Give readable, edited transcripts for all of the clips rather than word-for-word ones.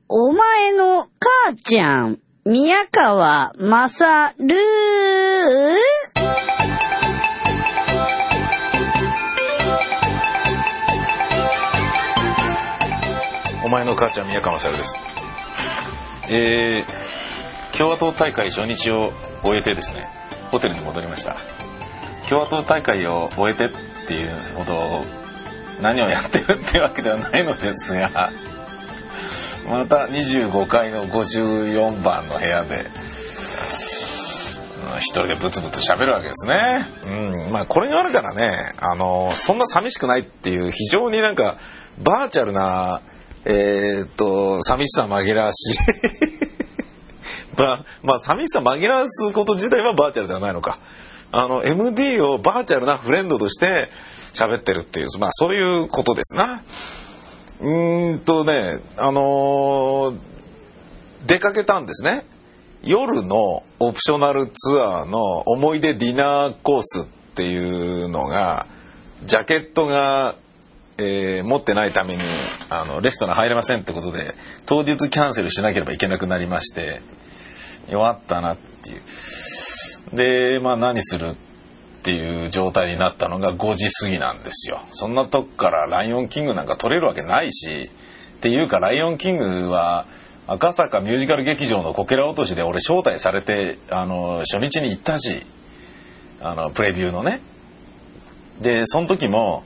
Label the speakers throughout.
Speaker 1: お前の母ちゃん、宮川まさる。
Speaker 2: お前の母ちゃん、宮川まさるです。共和党大会初日を終えてですね、ホテルに戻りました。共和党大会を終えてっていうほど何をやってるってわけではないのですが、また25階の54番の部屋で一人でブツブツ喋るわけですね。まあこれがあるからね、そんな寂しくないっていう非常になんかバーチャルな寂しさ紛らわしいまあ寂しさ紛らわすこと自体はバーチャルではないのか。MD をバーチャルなフレンドとして喋ってるっていう、まあそういうことですな。出かけたんですね。夜のオプショナルツアーの思い出ディナーコースっていうのが、ジャケットが、持ってないためにレストラン入れませんってことで当日キャンセルしなければいけなくなりまして、弱ったなっていう。で、まあ何するっていう状態になったのが5時過ぎなんですよ。そんなとこからライオンキングなんか撮れるわけないし、っていうかライオンキングは赤坂ミュージカル劇場のこけら落としで俺招待されて初日に行ったし、プレビューのね。でその時も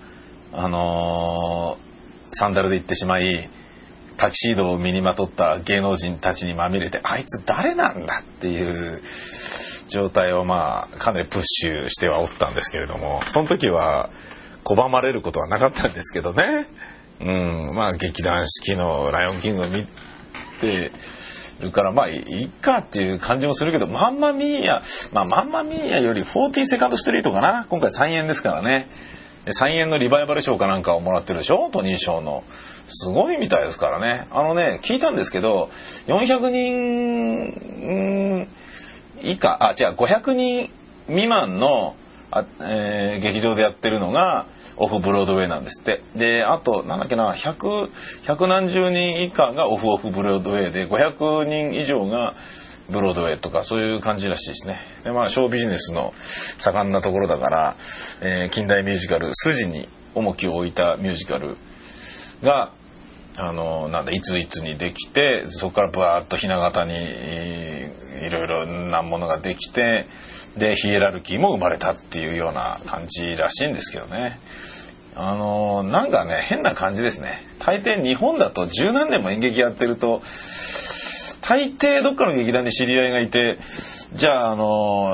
Speaker 2: サンダルで行ってしまい、タキシードを身にまとった芸能人たちにまみれて、あいつ誰なんだっていう状態をまあかなりプッシュしてはおったんですけれども、その時は拒まれることはなかったんですけどね。まあ劇団四季のライオンキングを見てるからまあいいかっていう感じもするけど、マンマミーヤより40セカンドストリートかな。今回3円ですからね。3円のリバイバル賞かなんかをもらってるでしょ、トニー賞の。すごいみたいですからね。聞いたんですけど、400人以下、500人未満の劇場でやってるのがオフブロードウェイなんですって。で、あとなんだっけな、100何十人以下がオフブロードウェイで、500人以上がブロードウェイとか、そういう感じらしいですね。で、まあショービジネスの盛んなところだから、近代ミュージカル筋に重きを置いたミュージカルがいついつにできて、そこからバーッとひな形にいろいろなものができて、でヒエラルキーも生まれたっていうような感じらしいんですけどね。なんかね、変な感じですね。大抵日本だと十何年も演劇やってると、大抵どっかの劇団に知り合いがいて、じゃあ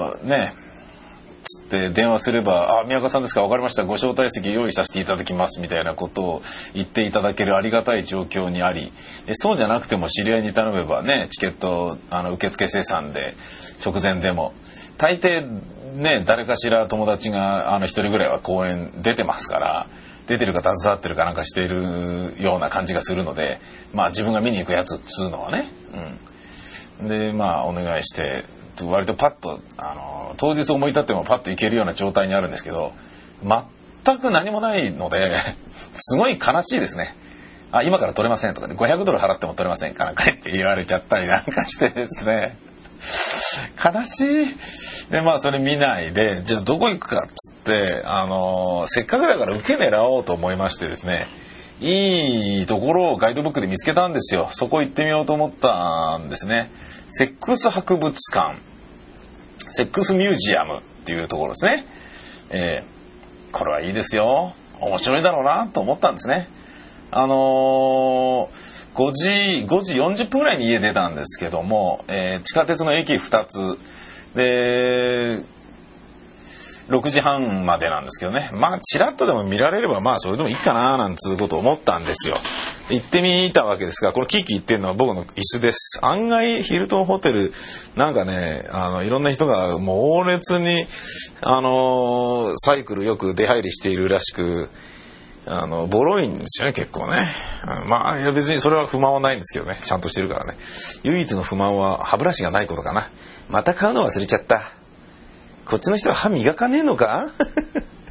Speaker 2: つって電話すれば、宮川さんですか、分かりました、ご招待席用意させていただきますみたいなことを言っていただけるありがたい状況にあり、そうじゃなくても知り合いに頼めばね、チケット受付生産で直前でも大抵ね、誰かしら友達が一人ぐらいは公演出てますから、出てるか携わってるかなんかしているような感じがするので、まあ自分が見に行くやつっつうのはね、でまあお願いして、割とパッと当日思い立ってもパッと行けるような状態にあるんですけど、全く何もないのですごい悲しいですね。今から取れませんとかで、$500払っても取れませんかなんかって言われちゃったりなんかしてですね、悲しい。でまあそれ見ないで、じゃあどこ行くかっつって、せっかくだから受け狙おうと思いましてですね、いいところをガイドブックで見つけたんですよ。そこ行ってみようと思ったんですね。セックス博物館、セックスミュージアムっていうところですね。これはいいですよ、面白いだろうなと思ったんですね。5時40分ぐらいに家出たんですけども、地下鉄の駅2つで6時半までなんですけどね、まあチラッとでも見られればまあそれでもいいかななんつうことを思ったんですよ。行ってみたわけですが、このキーキー言ってるのは僕の椅子です。案外ヒルトンホテルなんかね、いろんな人が猛烈にサイクルよく出入りしているらしく、ボロいんですよね、結構ね。まあいや別にそれは不満はないんですけどね、ちゃんとしてるからね。唯一の不満は歯ブラシがないことかな。また買うの忘れちゃった。こっちの人は歯磨かねえのか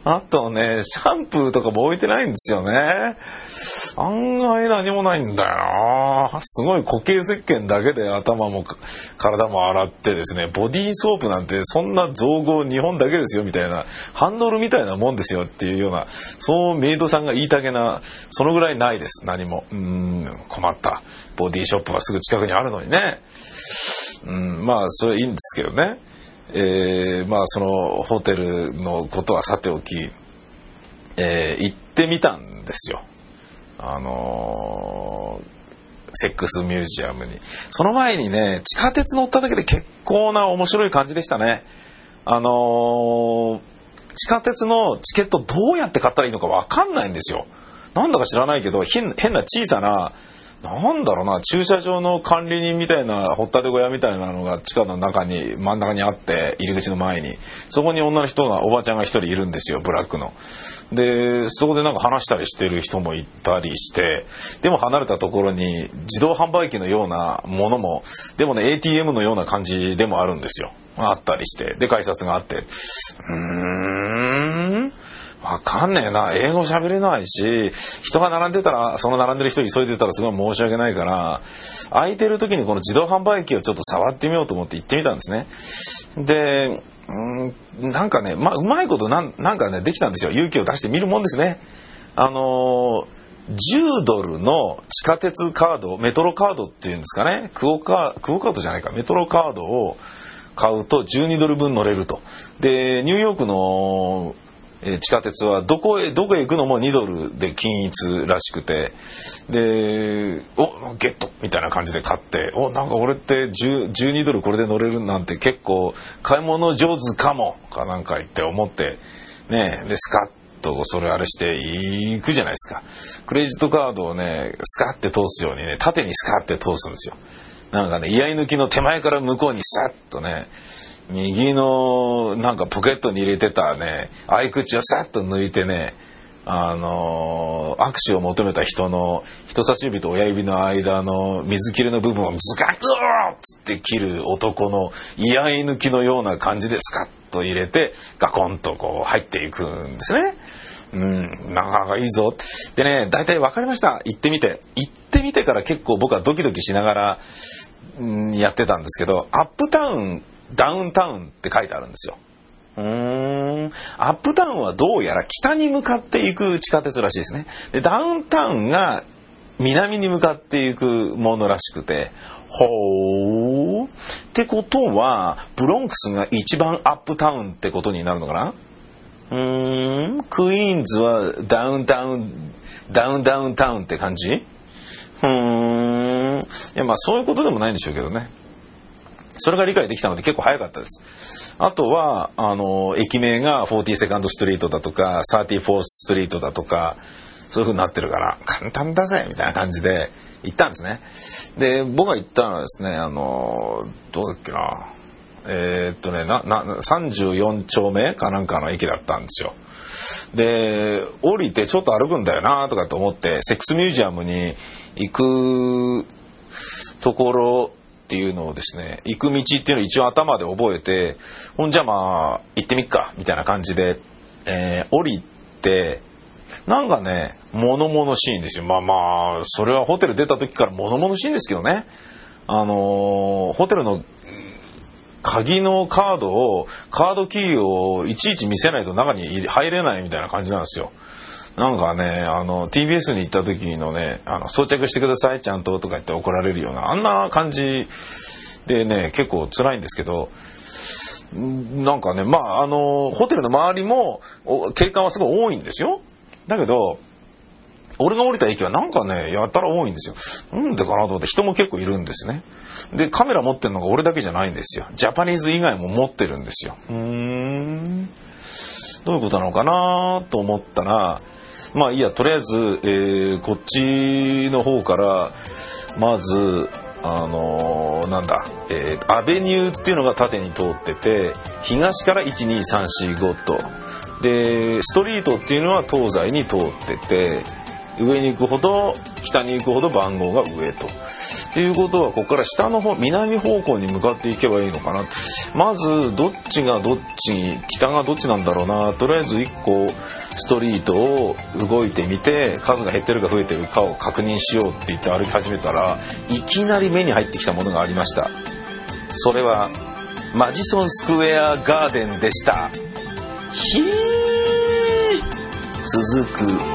Speaker 2: あとね、シャンプーとかも置いてないんですよね。案外何もないんだよな。すごい固形石鹸だけで頭も体も洗ってですね、ボディーソープなんてそんな造語日本だけですよみたいな、ハンドルみたいなもんですよっていうような、そうメイドさんが言いたげな、そのぐらいないです。何も。困った。ボディーショップはすぐ近くにあるのにね。まあそれいいんですけどね。まあそのホテルのことはさておき、行ってみたんですよ。セックスミュージアムに。その前にね、地下鉄乗っただけで結構な面白い感じでしたね。地下鉄のチケットどうやって買ったらいいのか分かんないんですよ。なんだか知らないけど、変な小さな、なんだろうな、駐車場の管理人みたいな、ほったて小屋みたいなのが地下の中に、真ん中にあって、入り口の前に。そこに女の人が、おばちゃんが一人いるんですよ、ブラックの。で、そこでなんか話したりしてる人もいたりして、でも離れたところに自動販売機のようなものも、でもね、ATM のような感じでもあるんですよ。あったりして。で、改札があって。わかんねえな。英語喋れないし、人が並んでたら、その並んでる人急いでたらすごい申し訳ないから、空いてる時にこの自動販売機をちょっと触ってみようと思って行ってみたんですね。で、なんかね、うまいことなんかね、できたんですよ。勇気を出してみるもんですね。$10の地下鉄カード、メトロカードっていうんですかね。クオカードじゃないか。メトロカードを買うと$12分乗れると。で、ニューヨークの地下鉄はどこへ行くのも$2で均一らしくて、で、ゲットみたいな感じで買って、なんか俺って$12これで乗れるなんて結構買い物上手かもかなんか言って思ってね、でスカッとそれあれしていくじゃないですか。クレジットカードをねスカッて通すようにね、縦にスカッて通すんですよ。なんかね、居合抜きの手前から向こうにサッとね、右のなんかポケットに入れてたね、合口をさっと抜いてね、握手を求めた人の人差し指と親指の間の水切れの部分をズカッとつって切る男の居合抜きのような感じでスカッと入れてガコンとこう入っていくんですね。なかなかいいぞ。でね、大体分かりました。行ってみてから結構僕はドキドキしながら、やってたんですけど、アップタウンダウンタウンって書いてあるんですよ。アップタウンはどうやら北に向かっていく地下鉄らしいですね。で、ダウンタウンが南に向かっていくものらしくて、ほーってことはブロンクスが一番アップタウンってことになるのかな。クイーンズはダウンタウンタウンって感じ。いや、まあそういうことでもないんでしょうけどね。それが理解できたので結構早かったです。あとは駅名が42ndストリートだとか 34th ストリートだとか、そういう風になってるから簡単だぜみたいな感じで行ったんですね。で、僕が行ったのはですね、どうだっけな、34丁目かなんかの駅だったんですよ。で、降りてちょっと歩くんだよなとかと思ってセックスミュージアムに行くところっていうのをですね、行く道っていうのを一応頭で覚えて、ほんじゃまあ行ってみっかみたいな感じで、降りて、なんかね物々しいんですよ。まあそれはホテル出た時から物々しいんですけどね。ホテルの鍵のカードキーをいちいち見せないと中に入れないみたいな感じなんですよ。なんかね、TBS に行った時のね、装着してくださいちゃんととか言って怒られるようなあんな感じでね、結構辛いんですけど、なんかね、ホテルの周りも景観はすごい多いんですよ。だけど俺が降りた駅はなんかねやたら多いんですよ。なんでかなと思って、人も結構いるんですね。で、カメラ持ってるのが俺だけじゃないんですよ。ジャパニーズ以外も持ってるんですよ。どういうことなのかなと思ったら、まあいいや、とりあえず、こっちの方からまずアベニューっていうのが縦に通ってて、東から12345とで、ストリートっていうのは東西に通ってて、 上に行くほど北に行くほど番号が上と。っていうことはここから下の方南方向に向かっていけばいいのかな。まずどっちがどっち北がどっちなんだろうな。とりあえず1個ストリートを動いてみて数が減ってるか増えてるかを確認しようって言って歩き始めたらいきなり目に入ってきたものがありました。それはマジソンスクエアガーデンでした。続く。